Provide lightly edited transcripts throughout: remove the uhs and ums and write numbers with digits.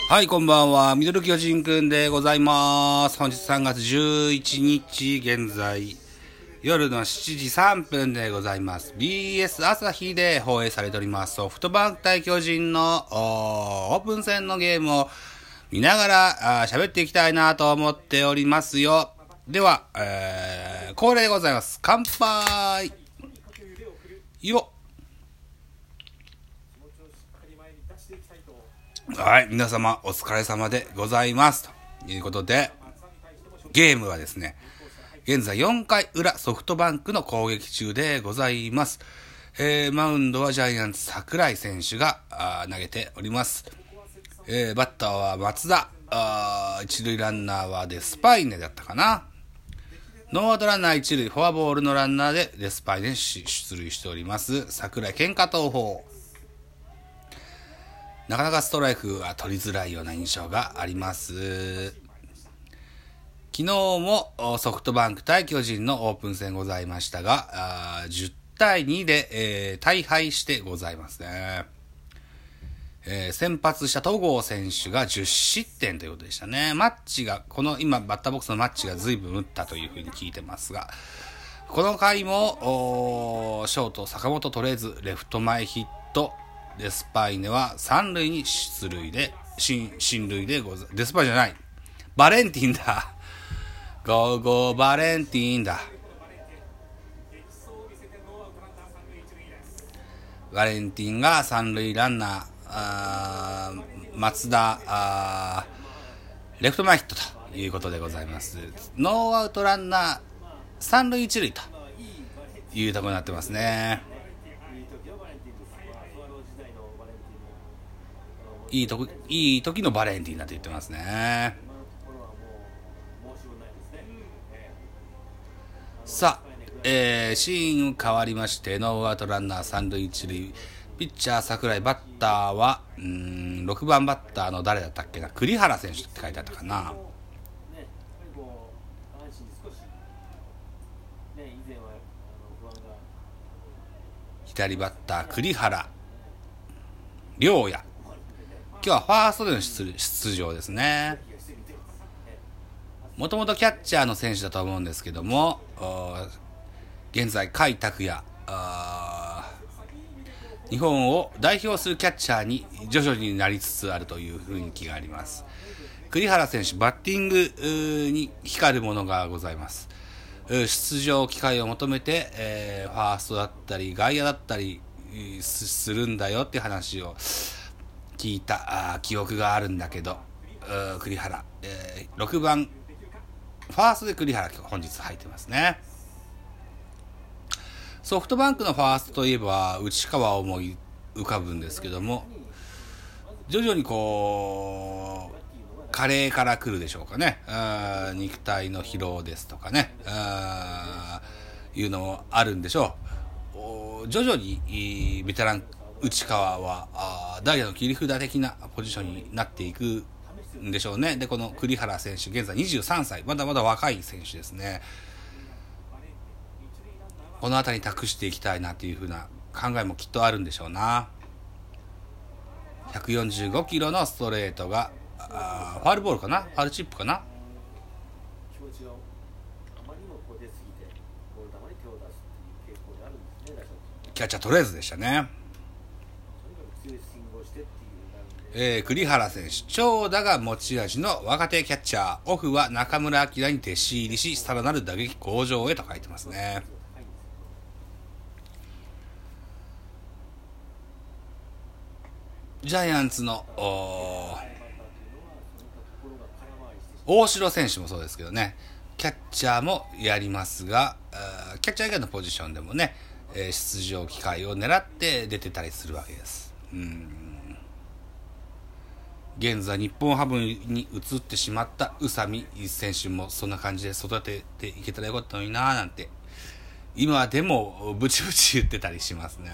はい、こんばんは。ミドル巨人くんでございます。本日3月11日、現在、夜の7時3分でございます。BS 朝日で放映されております。ソフトバンク対巨人のオープン戦のゲームを見ながら喋っていきたいなと思っておりますよ。では、恒例でございます。乾杯よ。はい、皆様お疲れ様でございますということで、ゲームはですね、現在4回裏ソフトバンクの攻撃中でございます。マウンドはジャイアンツ桜井選手が投げております。バッターは松田、一塁ランナーはデスパイネだったかな。ノーアウトランナー一塁、フォアボールのランナーでデスパイネ出塁しております桜井。喧嘩投法、なかなかストライクは取りづらいような印象があります。昨日もソフトバンク対巨人のオープン戦ございましたが、10対2で、大敗してございますね。先発した戸郷選手が10失点ということでしたね。マッチが、この今バッターボックスのマッチが随分打ったというふうに聞いてますが、この回もショート坂本取れずレフト前ヒット、デスパイネは三塁に出塁で進塁でデスパイじゃない、バレンティンだ、ゴーゴーバレンティンだ。バレンティンが三塁ランナー、松田レフト前ヒットということでございます。ノーアウトランナー三塁一塁というところになってますね。いい時のバレンティンだと言ってますね。さあ、シーン変わりましてノーアウトランナー三塁一塁、ピッチャー桜井、バッターは6番バッターの誰だったっけな、栗原選手って書いてあったかな。左バッター栗原亮也、今日はファーストでの出場ですね。もともとキャッチャーの選手だと思うんですけども、現在甲斐拓也、日本を代表するキャッチャーに徐々になりつつあるという雰囲気があります。栗原選手、バッティングに光るものがございます。出場機会を求めて、ファーストだったり外野だったりするんだよって話を聞いた記憶があるんだけど、栗原、6番ファーストで栗原本日入ってますね。ソフトバンクのファーストといえば内川を思い浮かぶんですけども、徐々にこう加齢から来るでしょうかね。肉体の疲労ですとかね、いうのもあるんでしょう。徐々にベテラン内川はダイヤの切り札的なポジションになっていくんでしょうね。で、この栗原選手現在23歳、まだまだ若い選手ですね。この辺りに託していきたいなというふうな考えもきっとあるんでしょうな。145キロのストレートがファウルボールかな、ファウルチップかな。キャッチャー取れずでしたね。栗原選手、長打が持ち味の若手キャッチャー、オフは中村晃に弟子入りし、さらなる打撃向上へと書いてますね。ジャイアンツの大城選手もそうですけどね、キャッチャーもやりますが、キャッチャー以外のポジションでもね、出場機会を狙って出てたりするわけです。現在日本ハムに移ってしまった宇佐美選手もそんな感じで育てていけたらよかったのになーなんて今でもブチブチ言ってたりしますね。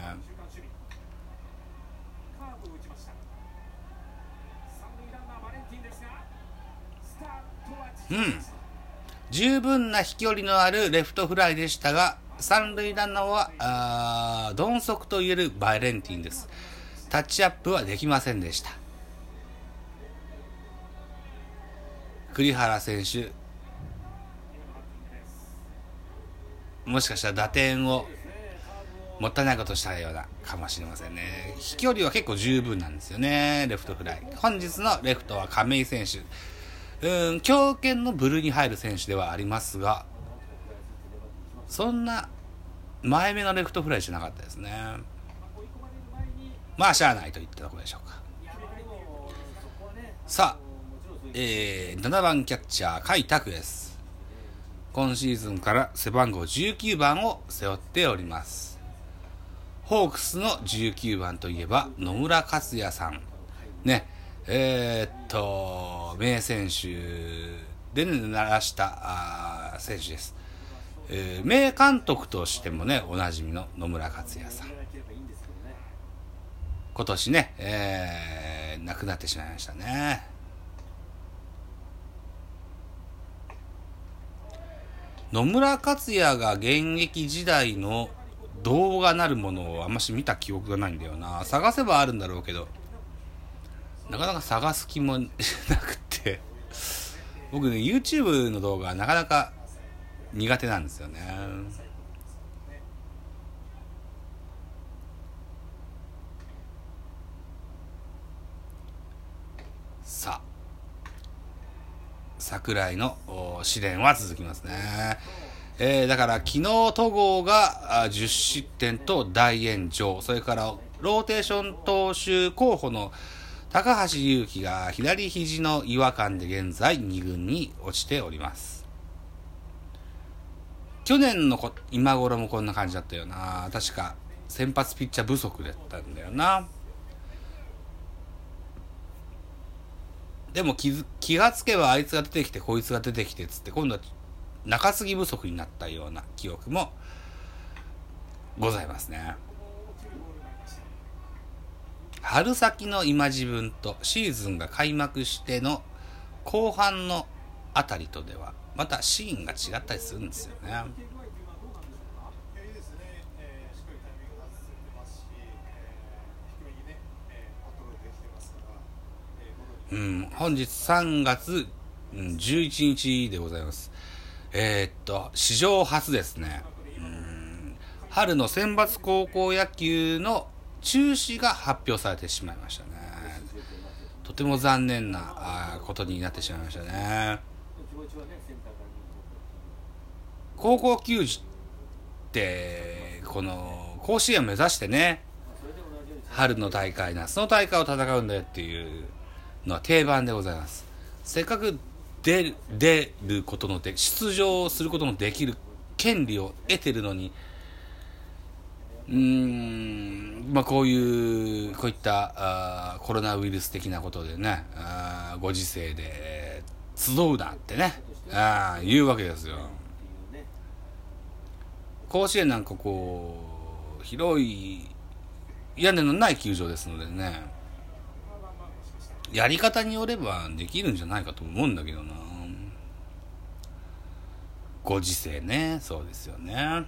十分な飛距離のあるレフトフライでしたが、三塁ランナーは鈍足といえるバレンティンです。タッチアップはできませんでした。 栗原選手、もしかしたら打点をもったいないことしたようなかもしれませんね。飛距離は結構十分なんですよね。レフトフライ。本日のレフトは亀井選手。強肩の部類に入る選手ではありますが、そんな前目のレフトフライじゃなかったですね。まあしゃあないといったところでしょうか。さあ、7番キャッチャー甲斐拓也です。今シーズンから背番号19番を背負っております。ホークスの19番といえば野村克也さんね、名選手で鳴らした選手です。名監督としてもねおなじみの野村克也さん、今年ね、亡くなってしまいましたね。野村克也が現役時代の動画なるものをあんまし見た記憶がないんだよな。探せばあるんだろうけどなかなか探す気もなくて、僕ね YouTube の動画はなかなか苦手なんですよね。さあ、櫻井の試練は続きますね。だから昨日戸郷が10失点と大炎上、それからローテーション投手候補の高橋優貴が左肘の違和感で現在2軍に落ちております。去年の今頃もこんな感じだったよな。確か先発ピッチャー不足だったんだよな。でも気がつけばあいつが出てきてこいつが出てきてつって今度は中継ぎ不足になったような記憶もございますね。春先の今自分とシーズンが開幕しての後半のあたりとではまたシーンが違ったりするんですよね。本日3月11日でございます。史上初ですね。春の選抜高校野球の中止が発表されてしまいましたね。とても残念なことになってしまいましたね。高校球児ってこの甲子園を目指してね、春の大会夏の大会を戦うんだよっていうのは定番でございます。せっかく出ることので出場することのできる権利を得てるのに、こういったコロナウイルス的なことでね、ご時世で集うなってね言うわけですよ。甲子園なんかこう広い屋根のない球場ですのでね、やり方によればできるんじゃないかと思うんだけどな。ご時世ね、そうですよね。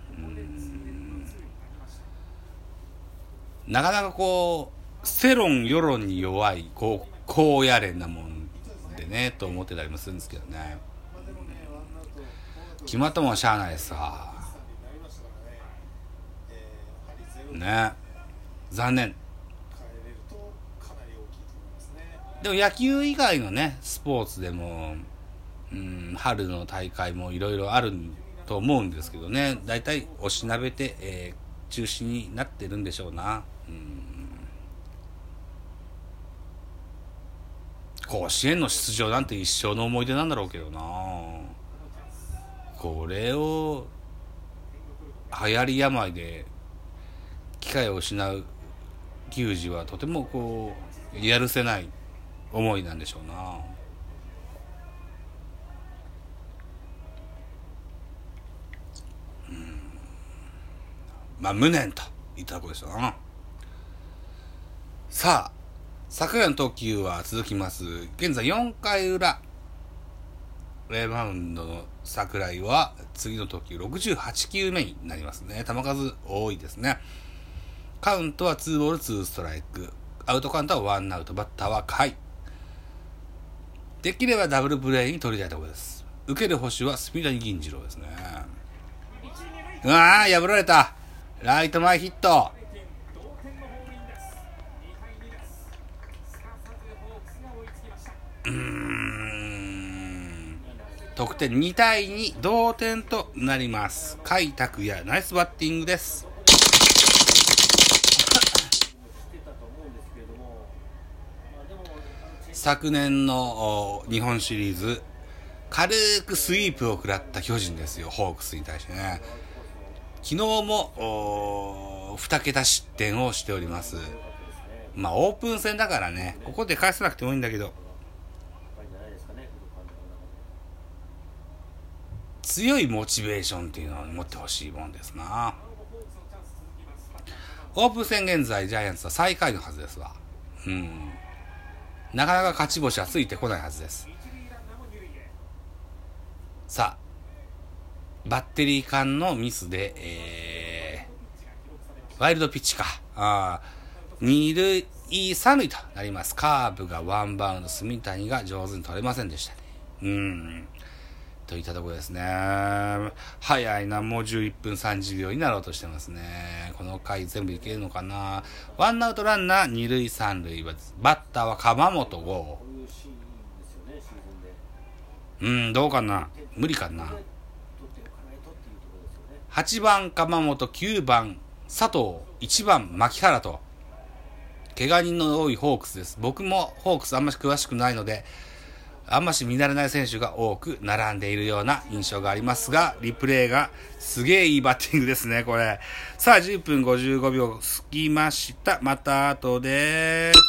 なかなかこう世論世論に弱いこうやれんなもんでねと思ってたりもするんですけどね。決まったもんはしゃあないですさね。残念。でも野球以外のねスポーツでも春の大会もいろいろあると思うんですけどね、だいたいおしなべて、中止になってるんでしょうな。甲子園の出場なんて一生の思い出なんだろうけどな。これを流行り病で機会を失う球児はとてもこうやるせない思いなんでしょうな。無念といったところでしょうな。さあ、昨夜の投球は続きます。現在4回裏、マウンドの櫻井は次の投球68球目になりますね。球数多いですね。カウントは2ボール2ストライク、アウトカウントは1アウト、バッターは甲斐できればダブルプレーに取りたいところです。受ける捕手は住谷銀次郎ですね。うわー、破られた。ライト前ヒット。得点2対2同点となります。甲斐拓也ナイスバッティングです。昨年の日本シリーズ軽くスイープを食らった巨人ですよ、ホークスに対してね。昨日も2桁失点をしております。まあオープン戦だからね、ここで返さなくてもいいんだけど、強いモチベーションっていうのを持ってほしいもんですな。オープン戦現在ジャイアンツは最下位のはずですわ。なかなか勝ち星はついてこないはずです。さあ、バッテリー間のミスで、ワイルドピッチか。二塁三塁となります。カーブがワンバウンド、住谷が上手に取れませんでしたね。といったところですね。早いな、もう11分30秒になろうとしてますね。この回全部いけるのかな。ワンアウトランナー二塁三塁、バッターは鎌本剛。どうかな、無理かな。8番鎌本、9番佐藤、1番牧原と怪我人の多いホークスです。僕もホークスあんまり詳しくないのであんまし見慣れない選手が多く並んでいるような印象がありますが、リプレイがすげえいいバッティングですね、これ。さあ、10分55秒過ぎました。また後で